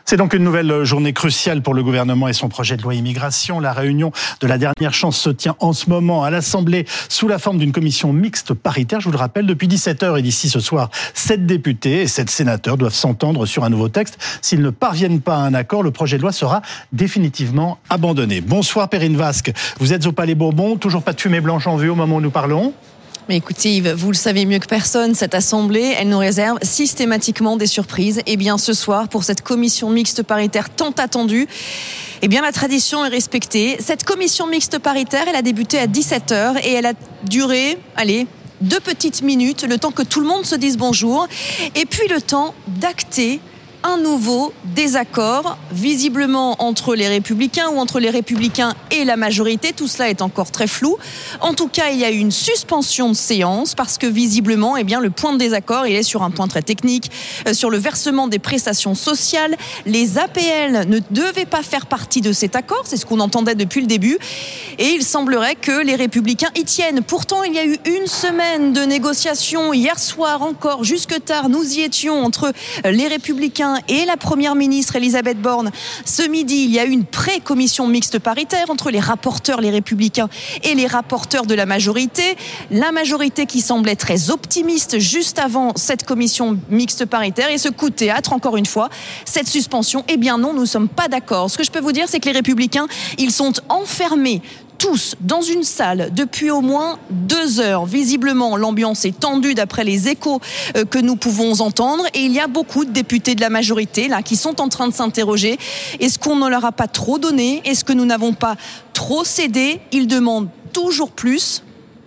C'est donc une nouvelle journée cruciale pour le gouvernement et son projet de loi immigration. La réunion de la dernière chance se tient en ce moment à l'Assemblée sous la forme d'une commission mixte paritaire. Je vous le rappelle, depuis 17h et d'ici ce soir, 7 députés et 7 sénateurs doivent s'entendre sur un nouveau texte. S'ils ne parviennent pas à un accord, le projet de loi sera définitivement abandonné. Bonsoir Perrine Vasque, vous êtes au Palais Bourbon, toujours pas de fumée blanche en vue au moment où nous parlons. Mais écoutez Yves, vous le savez mieux que personne, cette assemblée, elle nous réserve systématiquement des surprises. Et bien ce soir, pour cette commission mixte paritaire tant attendue, eh bien la tradition est respectée. Cette commission mixte paritaire, elle a débuté à 17h et elle a duré, 2 petites minutes, le temps que tout le monde se dise bonjour. Et puis le temps d'acter un nouveau désaccord, visiblement entre les Républicains ou entre les Républicains et la majorité. Tout cela est encore très flou. En tout cas, il y a eu une suspension de séance parce que visiblement, le point de désaccord, il est sur un point très technique, sur le versement des prestations sociales. Les APL ne devaient pas faire partie de cet accord, c'est ce qu'on entendait depuis le début. Et il semblerait que les Républicains y tiennent. Pourtant, il y a eu une semaine de négociations. Hier soir encore, jusque tard, nous y étions entre les Républicains et la Première ministre Elisabeth Borne. Ce midi, il y a eu une pré-commission mixte paritaire entre les rapporteurs, les Républicains et les rapporteurs de la majorité. La majorité qui semblait très optimiste juste avant cette commission mixte paritaire et ce coup de théâtre, encore une fois, cette suspension. Eh bien non, nous ne sommes pas d'accord. Ce que je peux vous dire, c'est que les Républicains, ils sont enfermés tous dans une salle depuis au moins 2 heures. Visiblement, l'ambiance est tendue d'après les échos que nous pouvons entendre. Et il y a beaucoup de députés de la majorité là qui sont en train de s'interroger. Est-ce qu'on ne leur a pas trop donné ? Est-ce que nous n'avons pas trop cédé ? Ils demandent toujours plus.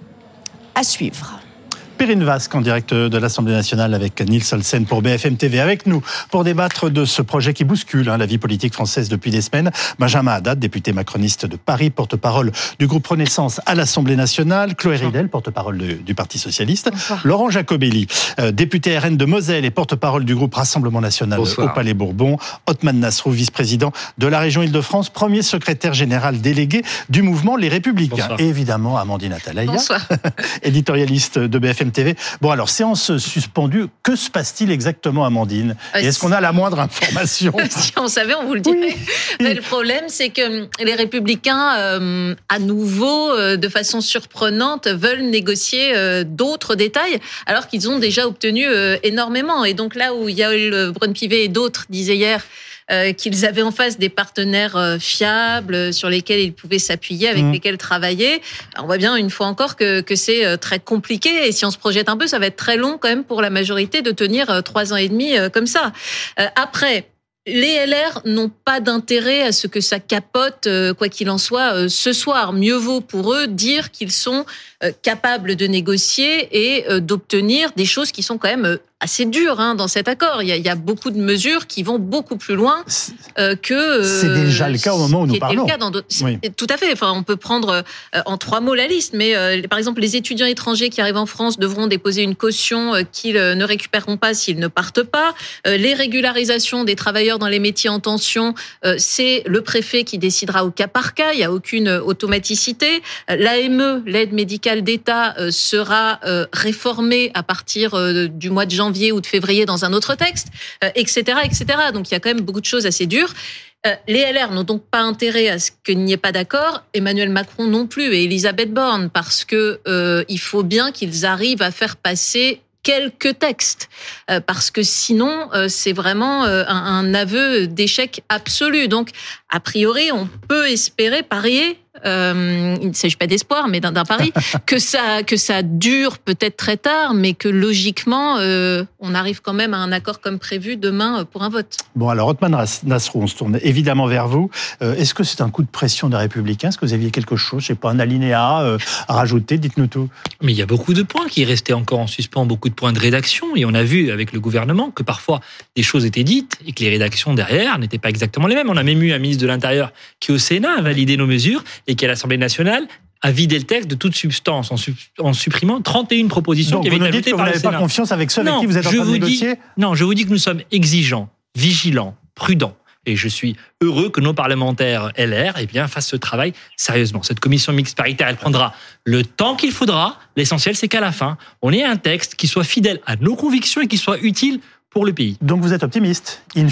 À suivre. Perrine Vasque en direct de l'Assemblée nationale avec Nils Olsen pour BFM TV. Avec nous pour débattre de ce projet qui bouscule la vie politique française depuis des semaines. Benjamin Haddad, député macroniste de Paris, porte-parole du groupe Renaissance à l'Assemblée nationale. Chloé Ridel, porte-parole du Parti socialiste. Bonsoir. Laurent Jacobelli, député RN de Moselle et porte-parole du groupe Rassemblement national Bonsoir. Au Palais Bourbon. Othmane Nasrou, vice-président de la région Île-de-France, premier secrétaire général délégué du mouvement Les Républicains. Bonsoir. Et évidemment, Amandine Atalaya, éditorialiste de BFM TV. Bon, alors, séance suspendue, que se passe-t-il exactement, Amandine ? Et est-ce qu'on a la moindre information ? Si on savait, on vous le dirait. Oui. Mais le problème, c'est que les Républicains, à nouveau, de façon surprenante, veulent négocier d'autres détails, alors qu'ils ont déjà obtenu énormément. Et donc là où Yael Braun-Pivet et d'autres disaient hier qu'ils avaient en face des partenaires fiables sur lesquels ils pouvaient s'appuyer, avec lesquels travailler. On voit bien une fois encore que c'est très compliqué et si on se projette un peu, ça va être très long quand même pour la majorité de tenir 3 ans et demi comme ça. Après, les LR n'ont pas d'intérêt à ce que ça capote, quoi qu'il en soit, ce soir. Mieux vaut pour eux dire qu'ils sont capables de négocier et d'obtenir des choses qui sont quand même assez dures dans cet accord. Il y a beaucoup de mesures qui vont beaucoup plus loin que... c'est déjà le cas au moment où nous parlons. Oui. Tout à fait. Enfin, on peut prendre en 3 mots la liste, mais par exemple, les étudiants étrangers qui arrivent en France devront déposer une caution qu'ils ne récupéreront pas s'ils ne partent pas. Les régularisations des travailleurs dans les métiers en tension, c'est le préfet qui décidera au cas par cas. Il n'y a aucune automaticité. L'AME, l'aide médicale d'État, sera réformée à partir du mois de janvier ou de février dans un autre texte, etc., etc. Donc il y a quand même beaucoup de choses assez dures. Les LR n'ont donc pas intérêt à ce qu'il n'y ait pas d'accord, Emmanuel Macron non plus et Elisabeth Borne, parce que il faut bien qu'ils arrivent à faire passer quelques textes, parce que sinon c'est vraiment un aveu d'échec absolu. Donc a priori on peut espérer parier, il ne s'agit pas d'espoir, mais d'un pari, que ça dure peut-être très tard, mais que logiquement, on arrive quand même à un accord comme prévu demain pour un vote. Bon, alors Othmane Nasrou, on se tourne évidemment vers vous. Est-ce que c'est un coup de pression des Républicains ? Est-ce que vous aviez quelque chose, je sais pas, un alinéa à rajouter ? Dites-nous tout. Mais il y a beaucoup de points qui restaient encore en suspens, beaucoup de points de rédaction, et on a vu avec le gouvernement que parfois des choses étaient dites et que les rédactions derrière n'étaient pas exactement les mêmes. On a même eu un ministre de l'Intérieur qui au Sénat a validé nos mesures et qui à l'Assemblée nationale a vidé le texte de toute substance en supprimant 31 propositions qui avaient été ajoutées par le Sénat. Donc vous nous dites que vous n'avez pas confiance avec ceux avec qui vous êtes en train de négocier ? Non, je vous dis que nous sommes exigeants, vigilants, prudents. Et je suis heureux que nos parlementaires LR fassent ce travail sérieusement. Cette commission mixte paritaire, elle prendra le temps qu'il faudra. L'essentiel, c'est qu'à la fin, on ait un texte qui soit fidèle à nos convictions et qui soit utile pour le pays. Donc vous êtes optimiste, in fine ?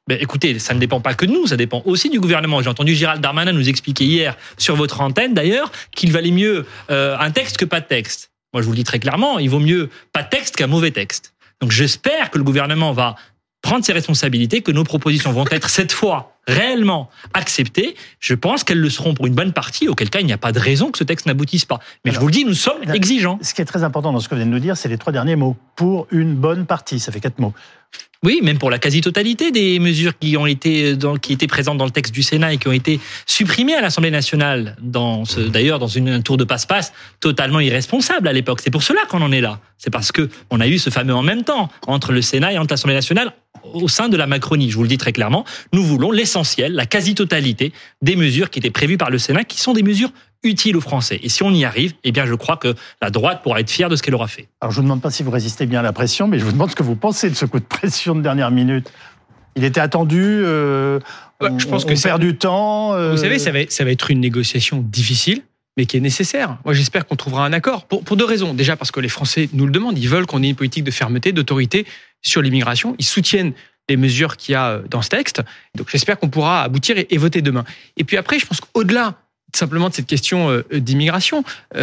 Ben, écoutez, ça ne dépend pas que de nous, ça dépend aussi du gouvernement. J'ai entendu Gérald Darmanin nous expliquer hier, sur votre antenne d'ailleurs, qu'il valait mieux un texte que pas de texte. Moi, je vous le dis très clairement, il vaut mieux pas de texte qu'un mauvais texte. Donc j'espère que le gouvernement va prendre ses responsabilités, que nos propositions vont être cette fois réellement acceptées. Je pense qu'elles le seront pour une bonne partie, auquel cas il n'y a pas de raison que ce texte n'aboutisse pas. Mais alors, je vous le dis, nous sommes exigeants. Ce qui est très important dans ce que vous venez de nous dire, c'est les 3 derniers mots. Pour une bonne partie, ça fait 4 mots. Oui, même pour la quasi-totalité des mesures qui étaient présentes dans le texte du Sénat et qui ont été supprimées à l'Assemblée nationale, d'ailleurs dans un tour de passe-passe totalement irresponsable à l'époque. C'est pour cela qu'on en est là. C'est parce que on a eu ce fameux en même temps entre le Sénat et entre l'Assemblée nationale au sein de la Macronie. Je vous le dis très clairement, nous voulons l'essentiel, la quasi-totalité des mesures qui étaient prévues par le Sénat, qui sont des mesures utiles aux Français. Et si on y arrive, eh bien, je crois que la droite pourra être fière de ce qu'elle aura fait. Alors, je vous demande pas si vous résistez bien à la pression, mais je vous demande ce que vous pensez de ce coup de pression de dernière minute. Il était attendu, je pense on perd du temps. Vous savez, ça va être une négociation difficile, mais qui est nécessaire. Moi, j'espère qu'on trouvera un accord. Pour 2 raisons. Déjà, parce que les Français nous le demandent. Ils veulent qu'on ait une politique de fermeté, d'autorité sur l'immigration. Ils soutiennent les mesures qu'il y a dans ce texte. Donc, j'espère qu'on pourra aboutir et voter demain. Et puis après, je pense qu'au-delà simplement de cette question d'immigration,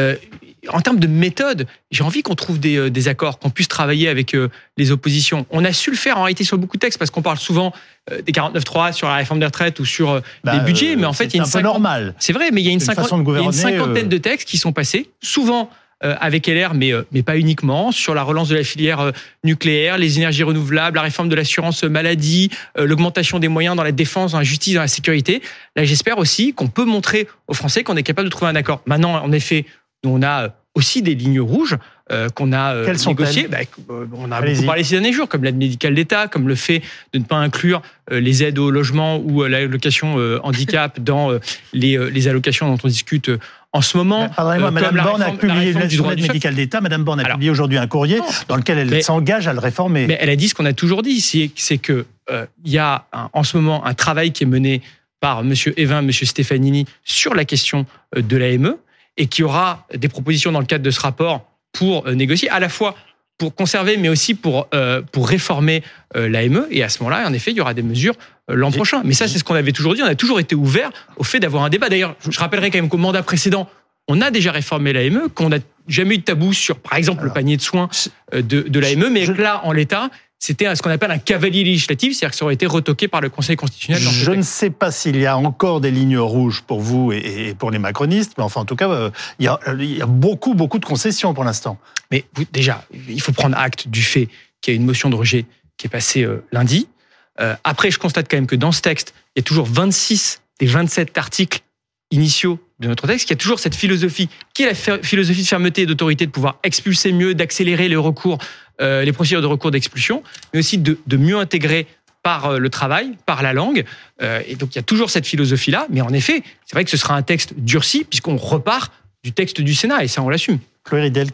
en termes de méthode, j'ai envie qu'on trouve des accords, qu'on puisse travailler avec les oppositions. On a su le faire en réalité sur beaucoup de textes, parce qu'on parle souvent des 49.3 sur la réforme des retraites ou sur les budgets, mais en fait, il y a normal. C'est vrai, mais il y a une cinquantaine de textes qui sont passés, souvent avec LR, mais pas uniquement, sur la relance de la filière nucléaire, les énergies renouvelables, la réforme de l'assurance maladie, l'augmentation des moyens dans la défense, dans la justice, dans la sécurité. Là, j'espère aussi qu'on peut montrer aux Français qu'on est capable de trouver un accord. Maintenant, en effet, nous, on a aussi des lignes rouges qu'on a négociées. On a beaucoup parlé ces derniers jours, comme l'aide médicale d'État, comme le fait de ne pas inclure les aides au logement ou l'allocation handicap dans les allocations dont on discute en ce moment. Pardonnez-moi, Madame Borne a publié l'aide médicale d'État. Madame Borne a publié aujourd'hui un courrier dans lequel elle s'engage à le réformer. Mais elle a dit ce qu'on a toujours dit, c'est que il y a en ce moment un travail qui est mené par Monsieur Evin, Monsieur Stefanini sur la question de l'AME, et qu'il y aura des propositions dans le cadre de ce rapport pour négocier, à la fois pour conserver, mais aussi pour réformer l'AME. Et à ce moment-là, en effet, il y aura des mesures l'an prochain. Mais ça, c'est ce qu'on avait toujours dit. On a toujours été ouvert au fait d'avoir un débat. D'ailleurs, je rappellerai quand même qu'au mandat précédent, on a déjà réformé l'AME, qu'on n'a jamais eu de tabou sur, par exemple, le panier de soins de l'AME, mais que là, en l'état, c'était ce qu'on appelle un cavalier législatif, c'est-à-dire que ça aurait été retoqué par le Conseil constitutionnel. Je ne sais pas s'il y a encore des lignes rouges pour vous et pour les macronistes, mais enfin, en tout cas, il y a beaucoup de concessions pour l'instant. Mais déjà, il faut prendre acte du fait qu'il y a une motion de rejet qui est passée lundi. Après, je constate quand même que dans ce texte, il y a toujours 26 des 27 articles initiaux de notre texte, qu'il y a toujours cette philosophie, qui est la philosophie de fermeté et d'autorité, de pouvoir expulser mieux, d'accélérer les recours, les procédures de recours d'expulsion, mais aussi de mieux intégrer par le travail, par la langue. Et donc, il y a toujours cette philosophie-là. Mais en effet, c'est vrai que ce sera un texte durci, puisqu'on repart du texte du Sénat, et ça, on l'assume. Chloé Ridel,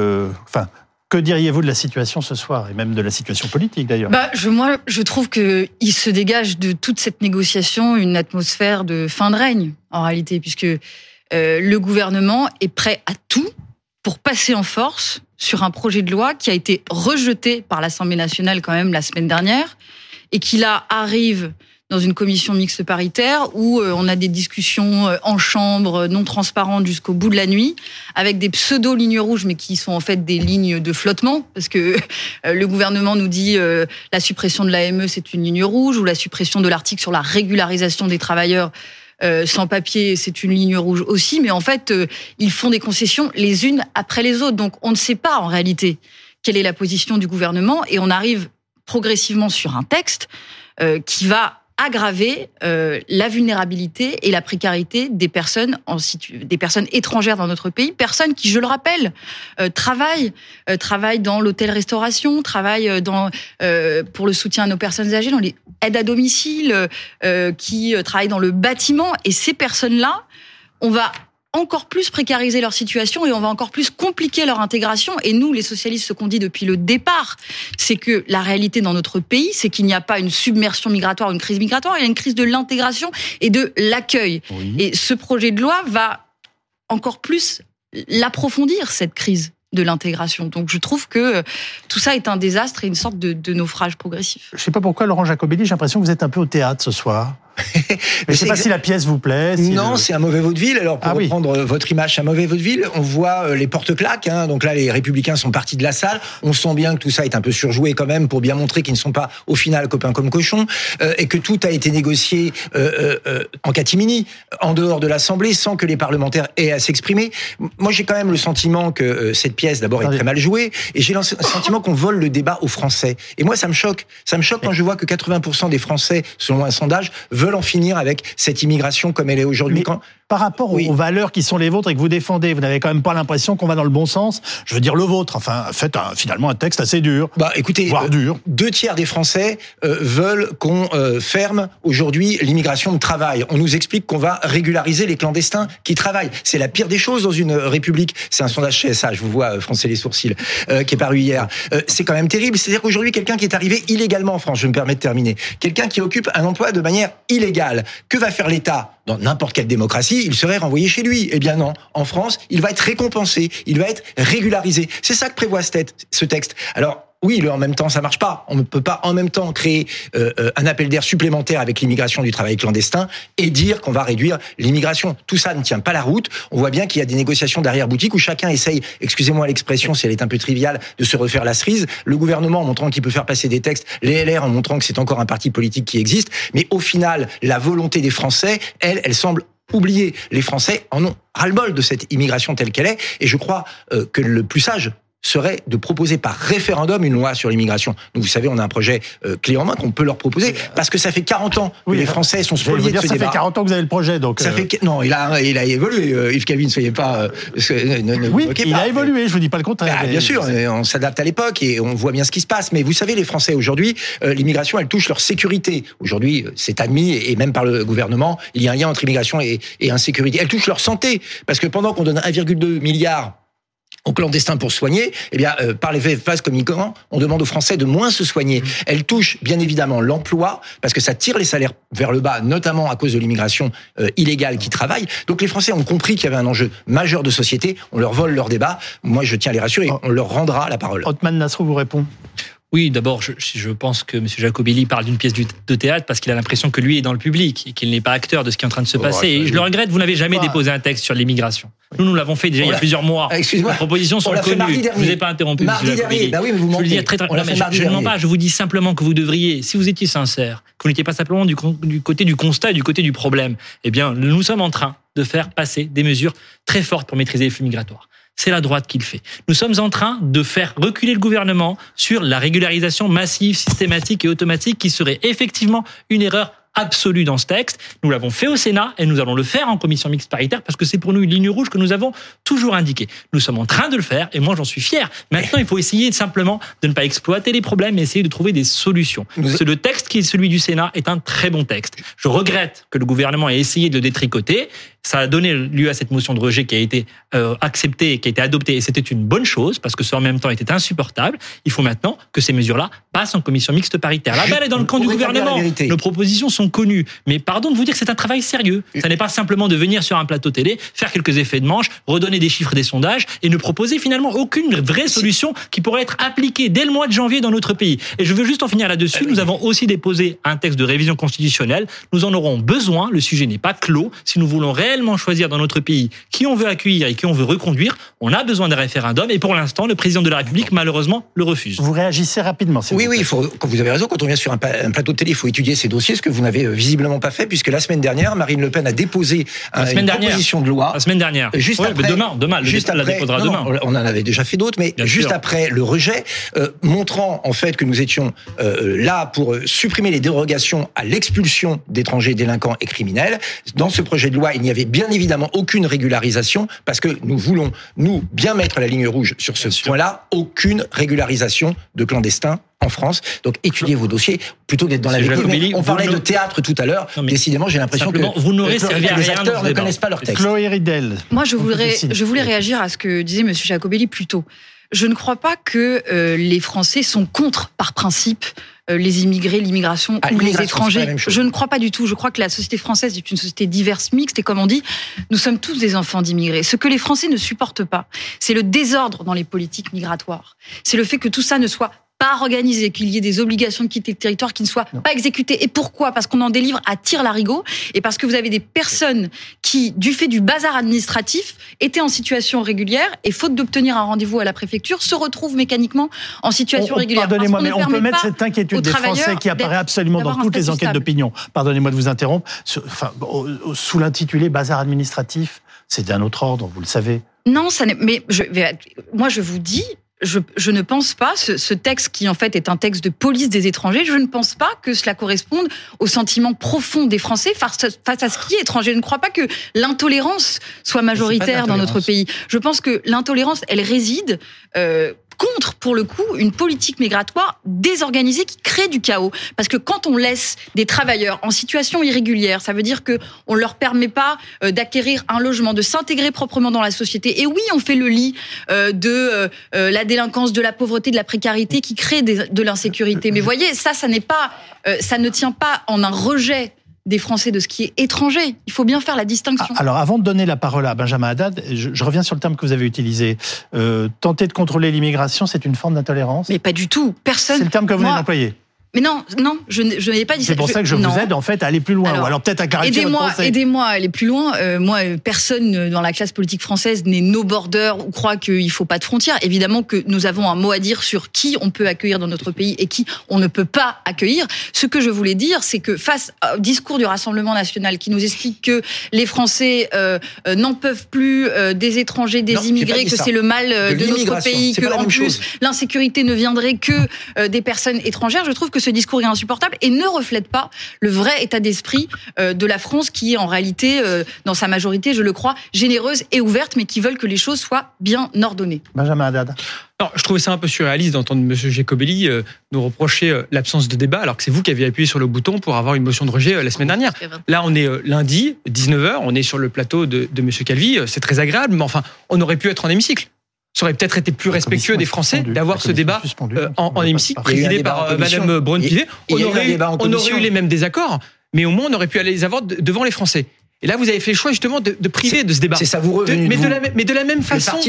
que diriez-vous de la situation ce soir, et même de la situation politique d'ailleurs ? Moi, je trouve qu'il se dégage de toute cette négociation une atmosphère de fin de règne, en réalité, puisque le gouvernement est prêt à tout pour passer en force sur un projet de loi qui a été rejeté par l'Assemblée nationale quand même la semaine dernière, et qui là arrive dans une commission mixte paritaire où on a des discussions en chambre non transparentes jusqu'au bout de la nuit, avec des pseudo-lignes rouges, mais qui sont en fait des lignes de flottement, parce que le gouvernement nous dit la suppression de l'AME, c'est une ligne rouge, ou la suppression de l'article sur la régularisation des travailleurs sans papier, c'est une ligne rouge aussi, mais en fait, ils font des concessions les unes après les autres. Donc, on ne sait pas en réalité quelle est la position du gouvernement, et on arrive progressivement sur un texte qui va aggraver la vulnérabilité et la précarité des personnes étrangères dans notre pays, personnes qui, je le rappelle, travaillent dans l'hôtel-restauration, travaillent pour le soutien à nos personnes âgées, dans les aides à domicile, qui travaillent dans le bâtiment. Et ces personnes-là, on va encore plus précariser leur situation et on va encore plus compliquer leur intégration. Et nous, les socialistes, ce qu'on dit depuis le départ, c'est que la réalité dans notre pays, c'est qu'il n'y a pas une submersion migratoire, une crise migratoire, il y a une crise de l'intégration et de l'accueil. Oui. Et ce projet de loi va encore plus l'approfondir, cette crise. de l'intégration. Donc je trouve que tout ça est un désastre et une sorte de naufrage progressif. Je ne sais pas pourquoi, Laurent Jacobelli, j'ai l'impression que vous êtes un peu au théâtre ce soir. Mais je ne sais pas si la pièce vous plaît. C'est un mauvais vaudeville. Alors, pour reprendre votre image, c'est un mauvais vaudeville. On voit les porte-claques. Donc là, les Républicains sont partis de la salle. On sent bien que tout ça est un peu surjoué quand même pour bien montrer qu'ils ne sont pas, au final, copains comme cochons. Et que tout a été négocié en catimini, en dehors de l'Assemblée, sans que les parlementaires aient à s'exprimer. Moi, j'ai quand même le sentiment que cette pièce, d'abord, est très mal jouée. Et j'ai le sentiment qu'on vole le débat aux Français. Et moi, ça me choque. Ça me choque quand je vois que 80% des Français, selon un sondage, veulent en finir avec cette immigration comme elle est aujourd'hui. Par rapport aux valeurs qui sont les vôtres et que vous défendez, vous n'avez quand même pas l'impression qu'on va dans le bon sens. Je veux dire le vôtre. Enfin, faites finalement un texte assez dur. Écoutez, voire dur. 2/3 des Français veulent qu'on ferme aujourd'hui l'immigration de travail. On nous explique qu'on va régulariser les clandestins qui travaillent. C'est la pire des choses dans une république. C'est un sondage CSA, je vous vois froncer les sourcils, qui est paru hier. C'est quand même terrible. C'est-à-dire qu'aujourd'hui, quelqu'un qui est arrivé illégalement en France, je me permets de terminer, quelqu'un qui occupe un emploi de manière illégale, que va faire l'État ? Dans n'importe quelle démocratie, il serait renvoyé chez lui. Eh bien non, en France, il va être récompensé, il va être régularisé. C'est ça que prévoit ce texte. Alors, oui, en même temps, ça marche pas. On ne peut pas en même temps créer un appel d'air supplémentaire avec l'immigration du travail clandestin et dire qu'on va réduire l'immigration. Tout ça ne tient pas la route. On voit bien qu'il y a des négociations d'arrière-boutique où chacun essaye, excusez-moi l'expression si elle est un peu triviale, de se refaire la cerise. Le gouvernement en montrant qu'il peut faire passer des textes, les LR en montrant que c'est encore un parti politique qui existe. Mais au final, la volonté des Français, elle semble oubliée. Les Français en ont ras-le-bol de cette immigration telle qu'elle est. Et je crois que le plus sage serait de proposer par référendum une loi sur l'immigration. Donc vous savez, on a un projet clé en main qu'on peut leur proposer parce que ça fait 40 ans que les Français sont spoliés de ce débat. Ça fait 40 ans que vous avez le projet, donc. Non, il a évolué. Yves Calvi, ne soyez pas. Il a évolué. Je vous dis pas le contraire. Bien sûr, on s'adapte à l'époque et on voit bien ce qui se passe. Mais vous savez, les Français aujourd'hui, l'immigration, elle touche leur sécurité. Aujourd'hui, c'est admis et même par le gouvernement, il y a un lien entre immigration et insécurité. Elle touche leur santé parce que pendant qu'on donne 1,2 milliard aux clandestins pour soigner, par les vases communicants, on demande aux Français de moins se soigner. Elle touche bien évidemment l'emploi, parce que ça tire les salaires vers le bas, notamment à cause de l'immigration illégale qui travaille. Donc les Français ont compris qu'il y avait un enjeu majeur de société, on leur vole leur débat. Moi, je tiens à les rassurer, on leur rendra la parole. Othman Nasrou vous répond. Oui, d'abord, je pense que M. Jacobelli parle d'une pièce de théâtre parce qu'il a l'impression que lui est dans le public et qu'il n'est pas acteur de ce qui est en train de se passer. Et je le regrette, vous n'avez jamais déposé un texte sur l'immigration. Nous l'avons fait déjà il y a plusieurs mois. Excusez-moi. Les propositions sont connues. Je vous ai pas interrompu, M. Jacobelli. Oui, mais vous mentez. Je le dis très je ne mens pas, je vous dis simplement que vous devriez, si vous étiez sincère, que vous n'étiez pas simplement du côté du constat et du côté du problème, eh bien, nous sommes en train de faire passer des mesures très fortes pour maîtriser les flux migratoires. C'est la droite qui le fait. Nous sommes en train de faire reculer le gouvernement sur la régularisation massive, systématique et automatique qui serait effectivement une erreur absolue dans ce texte. Nous l'avons fait au Sénat et nous allons le faire en commission mixte paritaire parce que c'est pour nous une ligne rouge que nous avons toujours indiquée. Nous sommes en train de le faire et moi j'en suis fier. Maintenant, il faut essayer simplement de ne pas exploiter les problèmes mais essayer de trouver des solutions. Le texte qui est celui du Sénat est un très bon texte. Je regrette que le gouvernement ait essayé de le détricoter. Ça a donné lieu à cette motion de rejet qui a été acceptée, qui a été adoptée et c'était une bonne chose parce que ça en même temps était insupportable. Il faut maintenant que ces mesures-là passent en commission mixte paritaire. La balle est dans le camp du gouvernement. Nos propositions sont connues. Mais pardon de vous dire que c'est un travail sérieux. Ça n'est pas simplement de venir sur un plateau télé, faire quelques effets de manche, redonner des chiffres des sondages et ne proposer finalement aucune vraie solution qui pourrait être appliquée dès le mois de janvier dans notre pays. Et je veux juste en finir là-dessus. Nous avons aussi déposé un texte de révision constitutionnelle. Nous en aurons besoin. Le sujet n'est pas clos. Si nous voulons réellement choisir dans notre pays qui on veut accueillir et qui on veut reconduire, on a besoin d'un référendum et pour l'instant, le président de la République, malheureusement, le refuse. Vous réagissez rapidement. Oui, vous avez raison, quand on vient sur un plateau de télé, il faut étudier ces dossiers, ce que vous n'avez visiblement pas fait, puisque la semaine dernière, Marine Le Pen a déposé une proposition de loi. La semaine dernière. Juste après, demain, la déposera demain. On en avait déjà fait d'autres, mais juste après le rejet, montrant en fait que nous étions là pour supprimer les dérogations à l'expulsion d'étrangers délinquants et criminels. Dans ce projet de loi, il n'y avait bien évidemment aucune régularisation, parce que nous voulons, nous, bien mettre la ligne rouge sur ce point-là, aucune régularisation de clandestins en France. Donc, étudiez vos dossiers plutôt d'être dans la vérité. On parlait de théâtre tout à l'heure. Décidément, j'ai l'impression que vous n'aurez servi à rien. Les acteurs ne connaissent pas leur texte. Chloé Ridel. Moi, je voulais réagir à ce que disait M. Jacobelli plus tôt. Je ne crois pas que les Français sont contre, par principe, les immigrés, l'immigration ou les étrangers. Je ne crois pas du tout. Je crois que la société française est une société diverse, mixte, et comme on dit, nous sommes tous des enfants d'immigrés. Ce que les Français ne supportent pas, c'est le désordre dans les politiques migratoires. C'est le fait que tout ça ne soit pas organisé, qu'il y ait des obligations de quitter le territoire qui ne soient pas exécutées. Et pourquoi ? Parce qu'on en délivre à tire-larigot et parce que vous avez des personnes qui, du fait du bazar administratif, étaient en situation régulière et, faute d'obtenir un rendez-vous à la préfecture, se retrouvent mécanalement en situation régulière. Pardonnez-moi, mais on peut mettre cette inquiétude des Français qui apparaît absolument dans toutes les enquêtes d'opinion. Pardonnez-moi de vous interrompre. Sous l'intitulé bazar administratif, c'est d'un autre ordre, vous le savez. Non, ça n'est. Mais moi, je vous dis. Je ne pense pas, ce texte qui en fait est un texte de police des étrangers, je ne pense pas que cela corresponde au sentiment profond des Français face à ce qui est étranger. Je ne crois pas que l'intolérance soit majoritaire dans notre pays. Je pense que l'intolérance, elle réside contre, pour le coup, une politique migratoire désorganisée qui crée du chaos. Parce que quand on laisse des travailleurs en situation irrégulière, ça veut dire que on leur permet pas d'acquérir un logement, de s'intégrer proprement dans la société. Et oui, on fait le lit de la délinquance, de la pauvreté, de la précarité qui crée de l'insécurité. Mais voyez, ça n'est pas, ça ne tient pas en un rejet des Français de ce qui est étranger. Il faut bien faire la distinction. Alors, avant de donner la parole à Benjamin Haddad, je reviens sur le terme que vous avez utilisé. Tenter de contrôler l'immigration, c'est une forme d'intolérance ? Mais pas du tout. Personne. C'est le terme que vous venez d'employer. Mais non, je n'avais pas dit ça. C'est pour ça que je vous aide en fait à aller plus loin, ou alors peut-être à clarifier votre pensée. Aidez-moi à aller plus loin. Moi, personne dans la classe politique française n'est no border ou croit qu'il faut pas de frontières. Évidemment que nous avons un mot à dire sur qui on peut accueillir dans notre pays et qui on ne peut pas accueillir. Ce que je voulais dire, c'est que face au discours du Rassemblement national qui nous explique que les Français n'en peuvent plus des étrangers, des immigrés, que c'est le mal de notre pays, que en plus l'insécurité ne viendrait que des personnes étrangères, je trouve que ce discours est insupportable et ne reflète pas le vrai état d'esprit de la France qui est en réalité, dans sa majorité, je le crois, généreuse et ouverte, mais qui veulent que les choses soient bien ordonnées. Benjamin Haddad. Alors, je trouvais ça un peu surréaliste d'entendre M. Jacobelli nous reprocher l'absence de débat, alors que c'est vous qui aviez appuyé sur le bouton pour avoir une motion de rejet la semaine dernière. Là, on est lundi, 19h, on est sur le plateau de M. Calvi, c'est très agréable, mais enfin, on aurait pu être en hémicycle. Ça aurait peut-être été plus respectueux des Français d'avoir ce débat en hémicycle, présidé par Mme Braun-Pivet. On aurait eu les mêmes désaccords, mais au moins on aurait pu aller les avoir devant les Français. Et là, vous avez fait le choix justement de priver de ce débat. C'est savoureux. Mais de la même façon.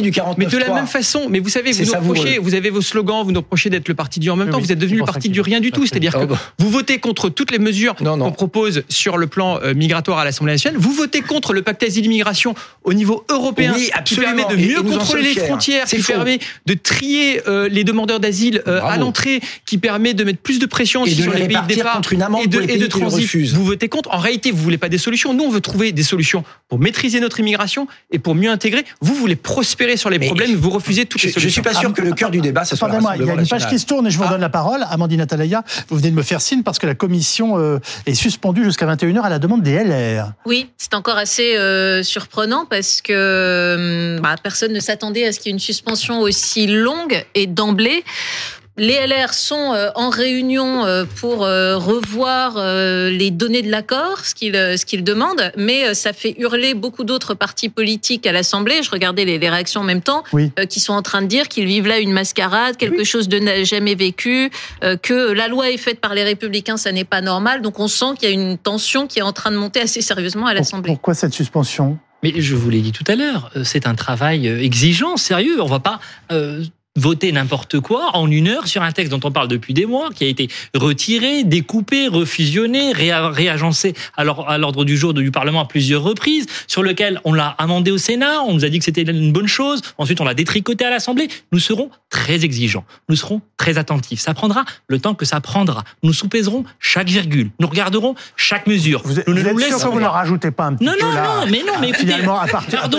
Mais vous savez, vous avez vos slogans, vous nous reprochez d'être le parti du en même temps. Vous êtes devenu le parti du rien du tout. C'est-à-dire que vous votez contre toutes les mesures qu'on propose sur le plan migratoire à l'Assemblée nationale. Vous votez contre le pacte asile-immigration au niveau européen, qui permet de mieux contrôler les frontières, qui permet de trier les demandeurs d'asile à l'entrée, qui permet de mettre plus de pression sur les pays de départ et de transit. Vous votez contre. En réalité, vous voulez pas des solutions. Nous, on veut trouver des solutions pour maîtriser notre immigration et pour mieux intégrer. Vous voulez prospérer sur les problèmes, vous refusez toutes les solutions. Je suis pas sûr que le cœur du débat, ça soit le Rassemblement national. Il y a une page qui se tourne et je vous donne la parole. Amandine Atalaya, vous venez de me faire signe parce que la commission est suspendue jusqu'à 21h à la demande des LR. Oui, c'est encore assez surprenant parce que personne ne s'attendait à ce qu'il y ait une suspension aussi longue et d'emblée. Les LR sont en réunion pour revoir les données de l'accord, ce qu'ils demandent, mais ça fait hurler beaucoup d'autres partis politiques à l'Assemblée. Je regardais les réactions en même temps, qui sont en train de dire qu'ils vivent là une mascarade, quelque chose de jamais vécu, que la loi est faite par les Républicains, ça n'est pas normal. Donc on sent qu'il y a une tension qui est en train de monter assez sérieusement à l'Assemblée. Pourquoi cette suspension ? Mais je vous l'ai dit tout à l'heure, c'est un travail exigeant, sérieux. On va pas voter n'importe quoi en une heure sur un texte dont on parle depuis des mois, qui a été retiré, découpé, refusionné, réagencé à l'ordre du jour du Parlement à plusieurs reprises, sur lequel on l'a amendé au Sénat, on nous a dit que c'était une bonne chose, ensuite on l'a détricoté à l'Assemblée. Nous serons très exigeants, nous serons très attentifs. Ça prendra le temps que ça prendra. Nous soupèserons chaque virgule, nous regarderons chaque mesure. Vous êtes sûr que vous ne rajoutez pas un petit peu là, mais finalement, à partir...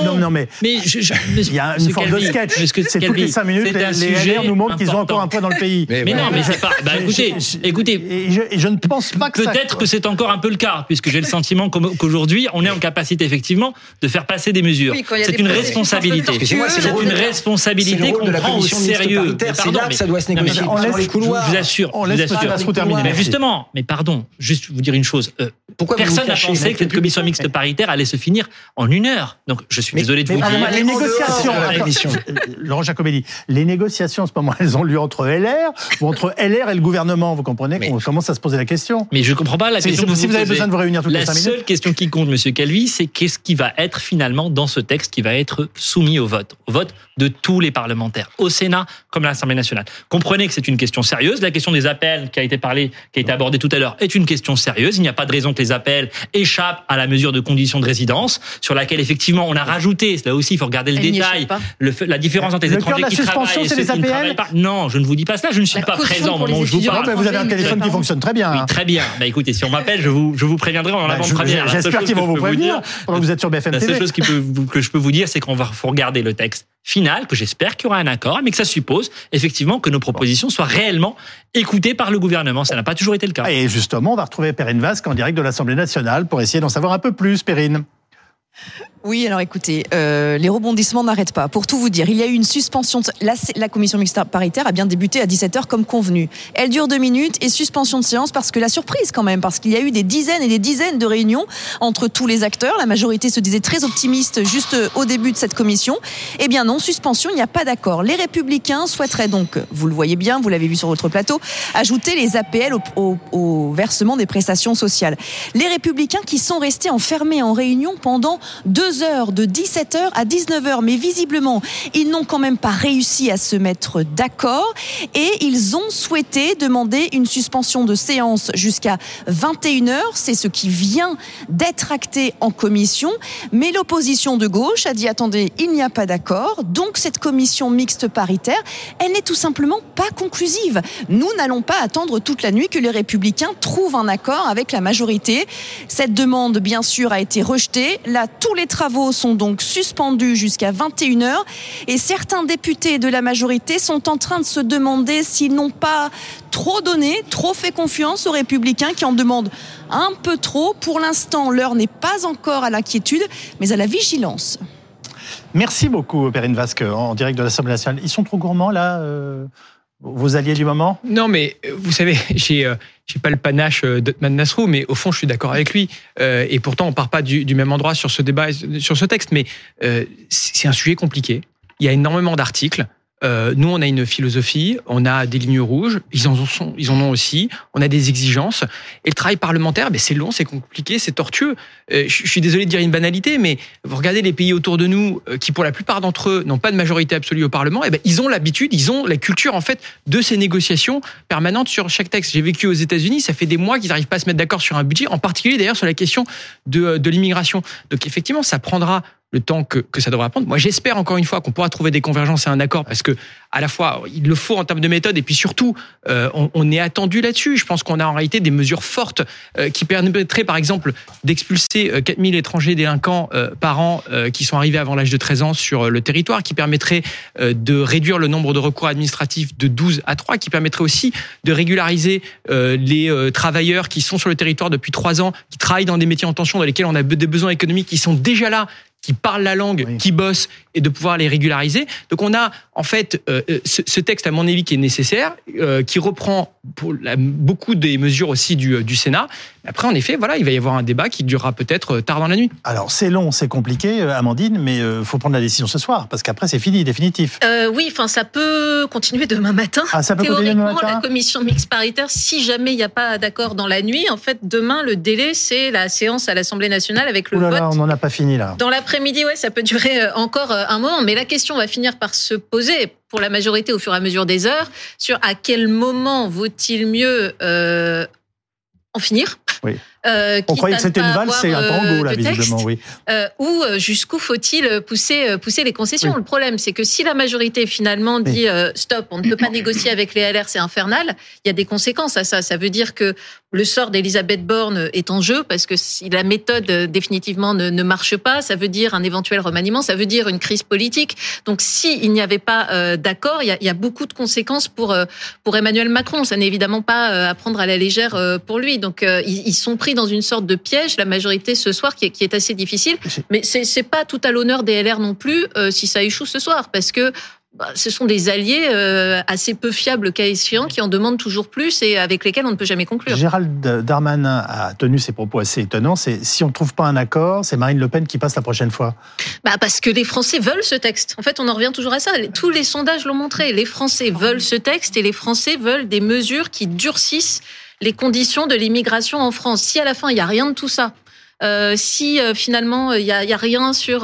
il y a une forme de sketch. C'est toutes les 5 minutes, les LR nous montrent qu'ils ont encore un poids dans le pays. Mais non, mais c'est pas... écoutez... Et je ne pense pas que peut-être que c'est encore un peu le cas, puisque j'ai le sentiment qu'aujourd'hui, on est en capacité, effectivement, de faire passer des mesures. C'est une responsabilité. C'est une responsabilité qu'on prend au sérieux. C'est là que ça doit se négocier dans les couloirs. Je vous assure. On laisse M. terminer. Mais justement, juste vous dire une chose. Personne n'a pensé que cette commission mixte paritaire allait se finir en 1 heure. Donc, je suis désolé de vous dire... Les négociations... Laurent Jacobelli, les négociations négociations en ce moment, elles ont lieu entre LR ou entre LR et le gouvernement. Vous comprenez qu'on commence à se poser la question. Mais je comprends pas la question. Si vous avez besoin de vous réunir toutes les 5 minutes. La seule question qui compte, Monsieur Calvi, c'est qu'est-ce qui va être finalement dans ce texte qui va être soumis au vote de tous les parlementaires, au Sénat comme à l'Assemblée nationale. Comprenez que c'est une question sérieuse. La question des appels qui a été abordée tout à l'heure est une question sérieuse. Il n'y a pas de raison que les appels échappent à la mesure de conditions de résidence, sur laquelle effectivement on a rajouté, là aussi il faut regarder le détail, la différence entre les étrangers qui travaillent et ceux qui ne travaillent pas. Non, je ne vous dis pas cela, je ne suis pas présent au moment où je vous parle. Vous avez un téléphone qui fonctionne très bien. Oui, très bien. Bah écoutez, si on m'appelle, je vous préviendrai en avant-première. J'espère qu'ils vont vous prévenir pendant que vous êtes sur BFM TV. La seule chose que je peux vous dire, c'est faut regarder le texte final, que j'espère qu'il y aura un accord, mais que ça suppose effectivement que nos propositions soient réellement écoutées par le gouvernement. Ça n'a pas toujours été le cas. Et justement, on va retrouver Perrine Vasque en direct de l'Assemblée nationale pour essayer d'en savoir un peu plus, Perrine. Oui, alors écoutez, les rebondissements n'arrêtent pas. Pour tout vous dire, il y a eu une suspension. La commission mixte paritaire a bien débuté à 17h comme convenu. Elle dure 2 minutes et suspension de séance parce que la surprise quand même, parce qu'il y a eu des dizaines et des dizaines de réunions entre tous les acteurs. La majorité se disait très optimiste juste au début de cette commission. Eh bien non, suspension, il n'y a pas d'accord. Les Républicains souhaiteraient donc, vous le voyez bien, vous l'avez vu sur votre plateau, ajouter les APL au versement des prestations sociales. Les Républicains qui sont restés enfermés en réunion pendant 2 heures, de 17h à 19h. Mais visiblement, ils n'ont quand même pas réussi à se mettre d'accord et ils ont souhaité demander une suspension de séance jusqu'à 21h. C'est ce qui vient d'être acté en commission. Mais l'opposition de gauche a dit, attendez, il n'y a pas d'accord. Donc cette commission mixte paritaire, elle n'est tout simplement pas conclusive. Nous n'allons pas attendre toute la nuit que les Républicains trouvent un accord avec la majorité. Cette demande, bien sûr, a été rejetée. Là, tous les travaux sont donc suspendus jusqu'à 21h et certains députés de la majorité sont en train de se demander s'ils n'ont pas trop donné, trop fait confiance aux Républicains qui en demandent un peu trop. Pour l'instant, l'heure n'est pas encore à l'inquiétude, mais à la vigilance. Merci beaucoup, Perrine Vasque, en direct de l'Assemblée nationale. Ils sont trop gourmands, là, vos alliés du moment ? Non, mais vous savez, j'ai pas le panache d'Othman Nasrou, mais au fond, je suis d'accord avec lui. Et pourtant, on part pas du même endroit sur ce débat, sur ce texte. Mais c'est un sujet compliqué. Il y a énormément d'articles. Nous, on a une philosophie, on a des lignes rouges, ils en ont aussi, on a des exigences. Et le travail parlementaire, c'est long, c'est compliqué, c'est tortueux. Je suis désolé de dire une banalité, mais vous regardez les pays autour de nous qui, pour la plupart d'entre eux, n'ont pas de majorité absolue au Parlement, ils ont l'habitude, ils ont la culture, en fait, de ces négociations permanentes sur chaque texte. J'ai vécu aux États-Unis, ça fait des mois qu'ils n'arrivent pas à se mettre d'accord sur un budget, en particulier d'ailleurs sur la question de l'immigration. Donc effectivement, ça prendra le temps que ça devra prendre. Moi, j'espère encore une fois qu'on pourra trouver des convergences et un accord parce que, à la fois, il le faut en termes de méthode et puis surtout, on est attendu là-dessus. Je pense qu'on a en réalité des mesures fortes qui permettraient, par exemple, d'expulser 4000 étrangers délinquants par an qui sont arrivés avant l'âge de 13 ans sur le territoire, qui permettraient de réduire le nombre de recours administratifs de 12 à 3, qui permettrait aussi de régulariser les travailleurs qui sont sur le territoire depuis 3 ans, qui travaillent dans des métiers en tension, dans lesquels on a des besoins économiques qui sont déjà là, qui parlent la langue, oui, qui bossent, et de pouvoir les régulariser. Donc on a en fait ce texte, à mon avis, qui est nécessaire, qui reprend beaucoup des mesures aussi du Sénat. Après, en effet, voilà, il va y avoir un débat qui durera peut-être tard dans la nuit. Alors c'est long, c'est compliqué, Amandine, mais faut prendre la décision ce soir, parce qu'après c'est fini, définitif. Oui, enfin ça peut continuer demain matin. Ah, ça peut continuer demain matin. La commission mixte paritaire, si jamais il n'y a pas d'accord dans la nuit, en fait, demain le délai, c'est la séance à l'Assemblée nationale avec le vote. On n'en a pas fini là. Dans l'après-midi, ouais, ça peut durer encore un moment, mais la question va finir par se poser pour la majorité au fur et à mesure des heures sur à quel moment vaut-il mieux en finir. Oui. On croyait que c'était une valse, c'est un tango là, visiblement, oui. Ou jusqu'où faut-il pousser les concessions. Oui. Le problème, c'est que si la majorité finalement dit stop, on ne peut pas négocier avec les LR, c'est infernal, il y a des conséquences à ça. Ça veut dire que le sort d'Elisabeth Borne est en jeu parce que si la méthode définitivement ne marche pas, ça veut dire un éventuel remaniement, ça veut dire une crise politique. Donc s'il n'y avait pas d'accord, il y a beaucoup de conséquences pour Emmanuel Macron. Ça n'est évidemment pas à prendre à la légère pour lui. Donc ils sont pris dans une sorte de piège, la majorité ce soir, qui est assez difficile. Mais c'est pas tout à l'honneur des LR non plus si ça échoue ce soir, parce que ce sont des alliés assez peu fiables cas échéant qui en demandent toujours plus et avec lesquels on ne peut jamais conclure. Gérald Darmanin a tenu ses propos assez étonnants. C'est si on ne trouve pas un accord, c'est Marine Le Pen qui passe la prochaine fois. Parce que les Français veulent ce texte. En fait, on en revient toujours à ça. Tous les sondages l'ont montré. Les Français veulent ce texte et les Français veulent des mesures qui durcissent les conditions de l'immigration en France. Si à la fin, il n'y a rien de tout ça, si finalement, il y a rien sur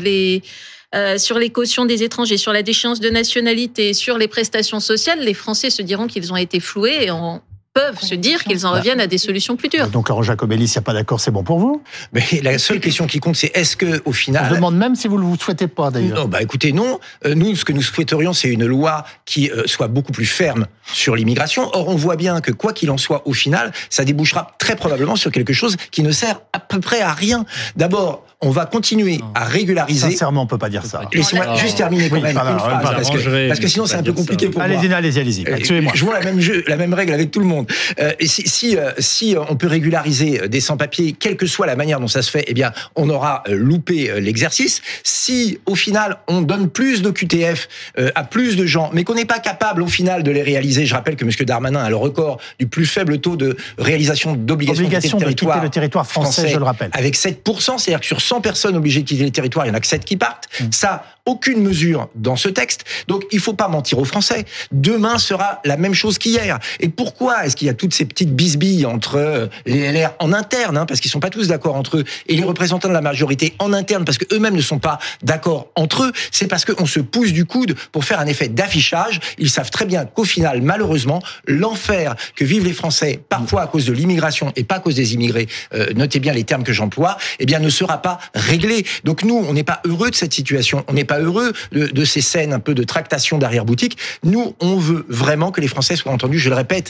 les cautions des étrangers, sur la déchéance de nationalité, sur les prestations sociales, les Français se diront qu'ils ont été floués et peuvent se dire qu'ils en reviennent à des solutions plus dures. Donc Laurent Jacobelli, s'il n'y a pas d'accord, c'est bon pour vous? Mais la seule question qui compte, c'est est-ce que au final... Je demande même si vous ne le souhaitez pas, d'ailleurs. Non, écoutez, non. Nous, ce que nous souhaiterions, c'est une loi qui soit beaucoup plus ferme sur l'immigration. Or, on voit bien que quoi qu'il en soit, au final, ça débouchera très probablement sur quelque chose qui ne sert à peu près à rien. D'abord, on va continuer à régulariser... Sincèrement, on ne peut pas dire ça. Laissez-moi juste terminer quand même une phrase, parce que sinon c'est un peu compliqué pour moi. Allez-y. Tuez-moi. Je vois la même règle avec tout le monde. Et si on peut régulariser des sans-papiers, quelle que soit la manière dont ça se fait, eh bien, on aura loupé l'exercice. Si, au final, on donne plus d'OQTF à plus de gens, mais qu'on n'est pas capable, au final, de les réaliser, je rappelle que M. Darmanin a le record du plus faible taux de réalisation d'obligation de quitter le territoire français, je le rappelle. Avec 7%, c'est-à-dire que sur 100 personnes obligées de quitter le territoire, il n'y en a que 7 qui partent. Ça, aucune mesure dans ce texte. Donc, il ne faut pas mentir aux Français. Demain sera la même chose qu'hier. Et pourquoi est-ce qu'il y a toutes ces petites bisbilles entre les LR en interne, parce qu'ils ne sont pas tous d'accord entre eux, et les représentants de la majorité en interne, parce qu'eux-mêmes ne sont pas d'accord entre eux? C'est parce qu'on se pousse du coude pour faire un effet d'affichage. Ils savent très bien qu'au final, malheureusement, l'enfer que vivent les Français, parfois à cause de l'immigration et pas à cause des immigrés, notez bien les termes que j'emploie, eh bien, ne sera pas réglé. Donc nous, on n'est pas heureux de cette situation. On n'est pas heureux de ces scènes un peu de tractation d'arrière-boutique. Nous, on veut vraiment que les Français soient entendus. Je le répète,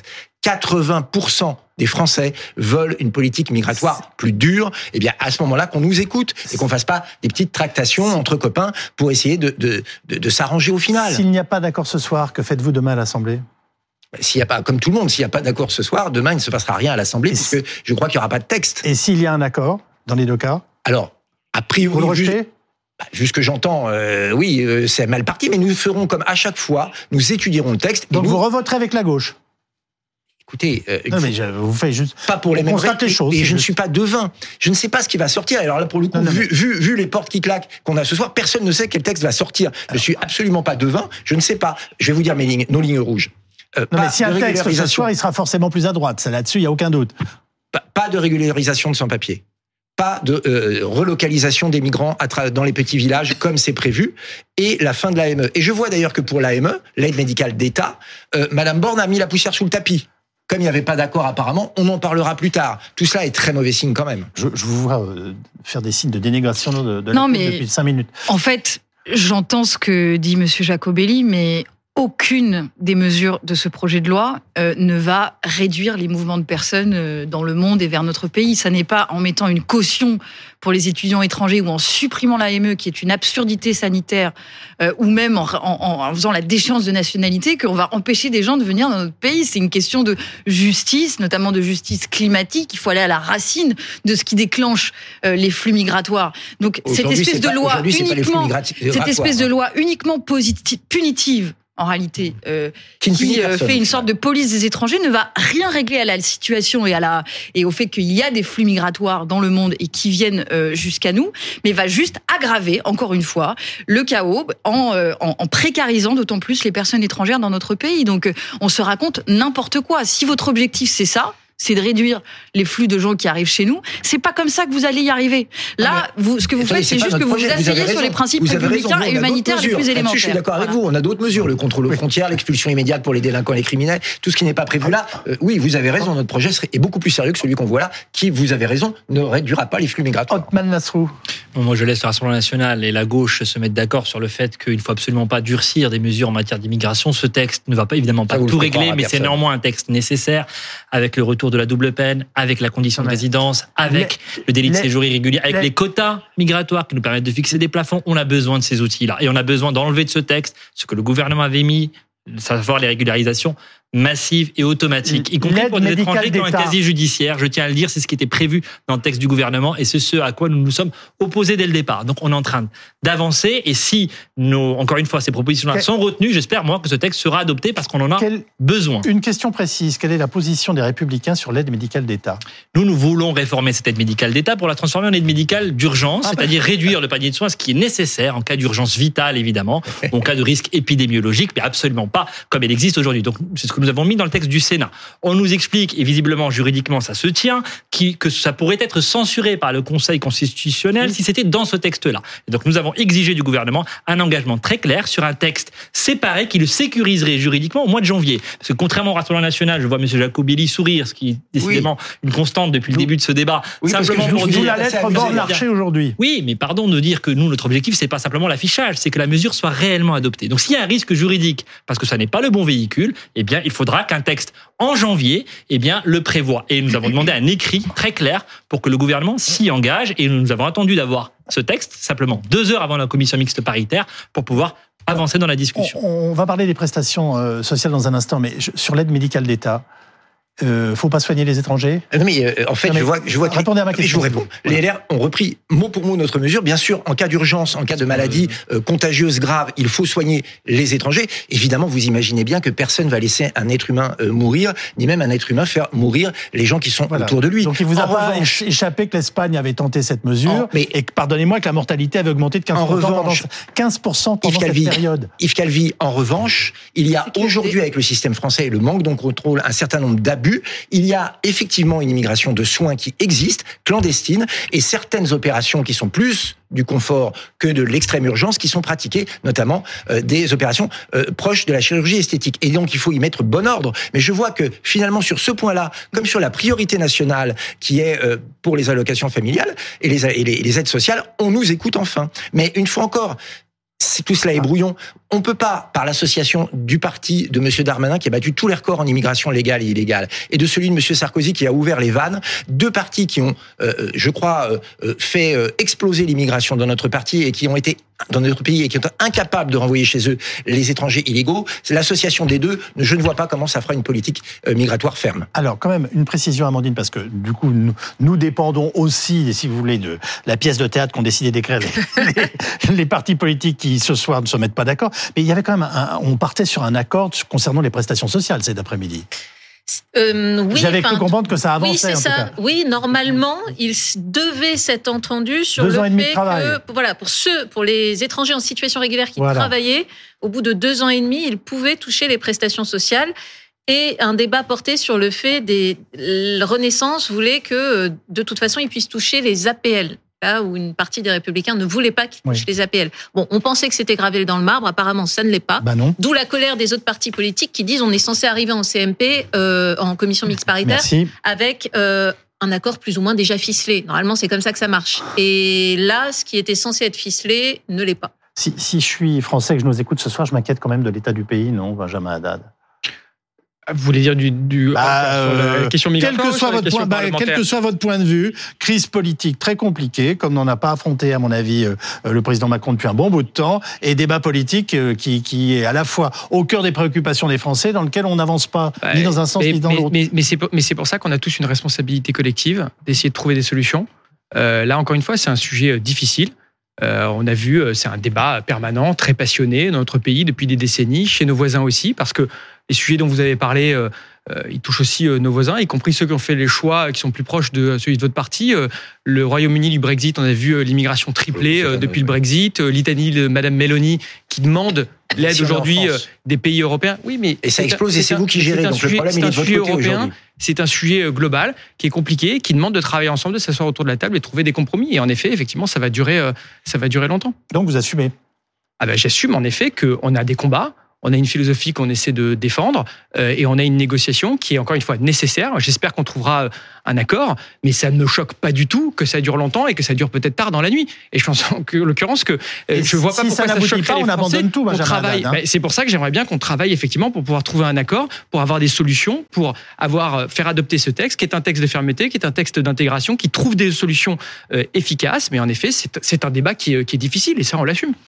80% des Français veulent une politique migratoire plus dure. Eh bien, à ce moment-là, qu'on nous écoute et qu'on fasse pas des petites tractations entre copains pour essayer de s'arranger au final. S'il n'y a pas d'accord ce soir, que faites-vous demain à l'Assemblée? S'il y a pas, comme tout le monde, s'il n'y a pas d'accord ce soir, demain, il ne se passera rien à l'Assemblée, puisque je crois qu'il n'y aura pas de texte. Et s'il y a un accord, dans les deux cas? Alors, a priori... Vous le rejetez? Vu ce que j'entends, oui, c'est mal parti, mais nous ferons comme à chaque fois, nous étudierons le texte. Donc vous revoterez avec la gauche? Écoutez, non mais vous faites juste pas pour les mêmes règles, les choses. Et je ne suis pas devin. Je ne sais pas ce qui va sortir. Alors là, pour le coup, vu les portes qui claquent qu'on a ce soir, personne ne sait quel texte va sortir. Je suis absolument pas devin. Je ne sais pas. Je vais vous dire nos lignes rouges. Non, mais si un texte ce soir, il sera forcément plus à droite. Ça, là-dessus, il n'y a aucun doute. Pas de régularisation de sans-papiers. Pas de relocalisation des migrants dans les petits villages comme c'est prévu, et la fin de l'AME. Et je vois d'ailleurs que pour l'AME, l'aide médicale d'État, Madame Borne a mis la poussière sous le tapis. Comme il n'y avait pas d'accord apparemment, on en parlera plus tard. Tout cela est très mauvais signe quand même. Je vous vois faire des signes de dénégation de la depuis 5 minutes. En fait, j'entends ce que dit Monsieur Jacobelli, mais aucune des mesures de ce projet de loi ne va réduire les mouvements de personnes dans le monde et vers notre pays. Ça n'est pas en mettant une caution pour les étudiants étrangers ou en supprimant l'AME, qui est une absurdité sanitaire, ou même en faisant la déchéance de nationalité, qu'on va empêcher des gens de venir dans notre pays. C'est une question de justice, notamment de justice climatique. Il faut aller à la racine de ce qui déclenche les flux migratoires. Donc cette espèce de loi uniquement punitive, en réalité, qui fait une sorte de police des étrangers, ne va rien régler à la situation et au fait qu'il y a des flux migratoires dans le monde et qui viennent jusqu'à nous, mais va juste aggraver, encore une fois, le chaos en précarisant d'autant plus les personnes étrangères dans notre pays. Donc, on se raconte n'importe quoi. Si votre objectif, c'est ça, c'est de réduire les flux de gens qui arrivent chez nous. C'est pas comme ça que vous allez y arriver. Là, ce que vous faites, c'est juste que vous vous asseyez sur les principes républicains et humanitaires les plus élémentaires. Je suis d'accord avec vous. On a d'autres mesures. Le contrôle aux frontières, l'expulsion immédiate pour les délinquants et les criminels, tout ce qui n'est pas prévu là. Oui, vous avez raison. Notre projet est beaucoup plus sérieux que celui qu'on voit là, qui, vous avez raison, ne réduira pas les flux migratoires. Othman Nasrou. Bon, moi, je laisse le Rassemblement national et la gauche se mettre d'accord sur le fait qu'il ne faut absolument pas durcir des mesures en matière d'immigration. Ce texte ne va pas évidemment pas tout régler, mais c'est néanmoins un texte nécessaire, avec le retour de la double peine, avec la condition de résidence, avec le délit de séjour irrégulier, avec les quotas migratoires qui nous permettent de fixer des plafonds. On a besoin de ces outils-là. Et on a besoin d'enlever de ce texte ce que le gouvernement avait mis, savoir les régularisations. massive et automatique, y compris pour des étrangers qui ont un casier judiciaire. Je tiens à le dire, c'est ce qui était prévu dans le texte du gouvernement et c'est ce à quoi nous nous sommes opposés dès le départ. Donc on est en train d'avancer et si encore une fois, ces propositions-là sont retenues, j'espère moi que ce texte sera adopté parce qu'on en a besoin. Une question précise, quelle est la position des Républicains sur l'aide médicale d'État ? Nous voulons réformer cette aide médicale d'État pour la transformer en aide médicale d'urgence, c'est-à-dire réduire le panier de soins, ce qui est nécessaire en cas d'urgence vitale évidemment, en cas de risque épidémiologique, mais absolument pas comme elle existe aujourd'hui. Donc c'est ce que nous avons mis dans le texte du Sénat. On nous explique, et visiblement juridiquement ça se tient, que ça pourrait être censuré par le Conseil constitutionnel si c'était dans ce texte-là. Et donc nous avons exigé du gouvernement un engagement très clair sur un texte séparé qui le sécuriserait juridiquement au mois de janvier. Parce que contrairement au Rassemblement national, je vois M. Jacobelli sourire, ce qui est décidément une constante depuis le début de ce débat. Simplement pour dire la lettre Borne-Larcher aujourd'hui. Oui, mais pardon de dire que nous, notre objectif, c'est pas simplement l'affichage, c'est que la mesure soit réellement adoptée. Donc s'il y a un risque juridique, parce que ça n'est pas le bon véhicule, eh bien, il faudra qu'un texte en janvier, eh bien, le prévoit. Et nous avons demandé un écrit très clair pour que le gouvernement s'y engage. Et nous avons attendu d'avoir ce texte, simplement 2 heures avant la commission mixte paritaire, pour pouvoir avancer dans la discussion. On va parler des prestations sociales dans un instant, mais sur l'aide médicale d'État, faut pas soigner les étrangers ? Non mais en fait, je vois. Répondez à ma question. Je vous réponds. Les LR ont repris mot pour mot notre mesure. Bien sûr, en cas d'urgence, en cas de maladie contagieuse grave, il faut soigner les étrangers. Évidemment, vous imaginez bien que personne va laisser un être humain mourir, ni même un être humain faire mourir les gens qui sont autour de lui. Donc il vous a pas échappé que l'Espagne avait tenté cette mesure et que, pardonnez-moi, que la mortalité avait augmenté de 15% pendant cette période. Yves Calvi, en revanche, il y a aujourd'hui avec le système français et le manque de contrôle un certain nombre d'abus. Il y a effectivement une immigration de soins qui existe, clandestine, et certaines opérations qui sont plus du confort que de l'extrême urgence qui sont pratiquées, notamment des opérations proches de la chirurgie esthétique. Et donc, il faut y mettre bon ordre. Mais je vois que finalement, sur ce point-là, comme sur la priorité nationale qui est pour les allocations familiales et les aides sociales, on nous écoute enfin. Mais une fois encore, tout cela est brouillon. On ne peut pas, par l'association du parti de M. Darmanin, qui a battu tous les records en immigration légale et illégale, et de celui de M. Sarkozy, qui a ouvert les vannes, 2 partis qui ont, je crois, fait exploser l'immigration dans notre parti et qui ont été dans notre pays et qui sont incapables de renvoyer chez eux les étrangers illégaux. C'est l'association des deux. Je ne vois pas comment ça fera une politique migratoire ferme. Alors, quand même, une précision, Amandine, parce que du coup, nous dépendons aussi, si vous voulez, de la pièce de théâtre qu'ont décidé d'écrire les partis politiques qui, ce soir, ne se mettent pas d'accord. Mais il y avait quand même on partait sur un accord concernant les prestations sociales cet après-midi. Oui, j'avais cru comprendre que ça avançait. Oui, c'est ça. Oui, normalement, il devait s'être entendu sur 2 ans le et demi fait de travail. que, voilà, pour les étrangers en situation régulière qui travaillaient, au bout de 2 ans et demi, ils pouvaient toucher les prestations sociales. Et un débat porté sur le fait Renaissance voulait que, de toute façon, ils puissent toucher les APL. Là où une partie des Républicains ne voulait pas qu'ils touchent les APL. Bon, on pensait que c'était gravé dans le marbre, apparemment ça ne l'est pas. Non. D'où la colère des autres partis politiques qui disent on est censé arriver en CMP, en commission mixte paritaire, avec un accord plus ou moins déjà ficelé. Normalement, c'est comme ça que ça marche. Et là, ce qui était censé être ficelé ne l'est pas. Si je suis français et que je nous écoute ce soir, je m'inquiète quand même de l'état du pays, non, Benjamin Haddad? Vous voulez dire sur la question migratoire, quel que soit votre point de vue, crise politique très compliquée, comme n'en a pas affronté, à mon avis, le président Macron depuis un bon bout de temps, et débat politique qui est à la fois au cœur des préoccupations des Français, dans lequel on n'avance pas ni dans un sens ni dans l'autre. Mais c'est pour ça qu'on a tous une responsabilité collective d'essayer de trouver des solutions. Là, encore une fois, c'est un sujet difficile. On a vu, c'est un débat permanent, très passionné dans notre pays depuis des décennies, chez nos voisins aussi, parce que les sujets dont vous avez parlé, ils touchent aussi nos voisins, y compris ceux qui ont fait les choix qui sont plus proches de celui de votre parti. Le Royaume-Uni du Brexit, on a vu l'immigration triplée depuis le Brexit. L'Italie de Madame Meloni qui demande l'aide aujourd'hui des pays européens. Oui, mais et ça explose et c'est vous qui gérez. Donc le problème, il est de votre côté aujourd'hui. C'est un sujet global qui est compliqué, qui demande de travailler ensemble, de s'asseoir autour de la table et de trouver des compromis. Et en effet, effectivement, ça va durer longtemps. Donc vous assumez? J'assume en effet qu'on a des combats. On a une philosophie qu'on essaie de défendre et on a une négociation qui est encore une fois nécessaire. J'espère qu'on trouvera un accord, mais ça ne me choque pas du tout que ça dure longtemps et que ça dure peut-être tard dans la nuit. Et je pense en l'occurrence que je vois pas pourquoi ça choquerait les Français. On abandonne tout, Benjamin Haddad. C'est pour ça que j'aimerais bien qu'on travaille effectivement pour pouvoir trouver un accord, pour avoir des solutions, pour faire adopter ce texte qui est un texte de fermeté, qui est un texte d'intégration, qui trouve des solutions efficaces. Mais en effet, c'est un débat qui est difficile et ça on l'assume.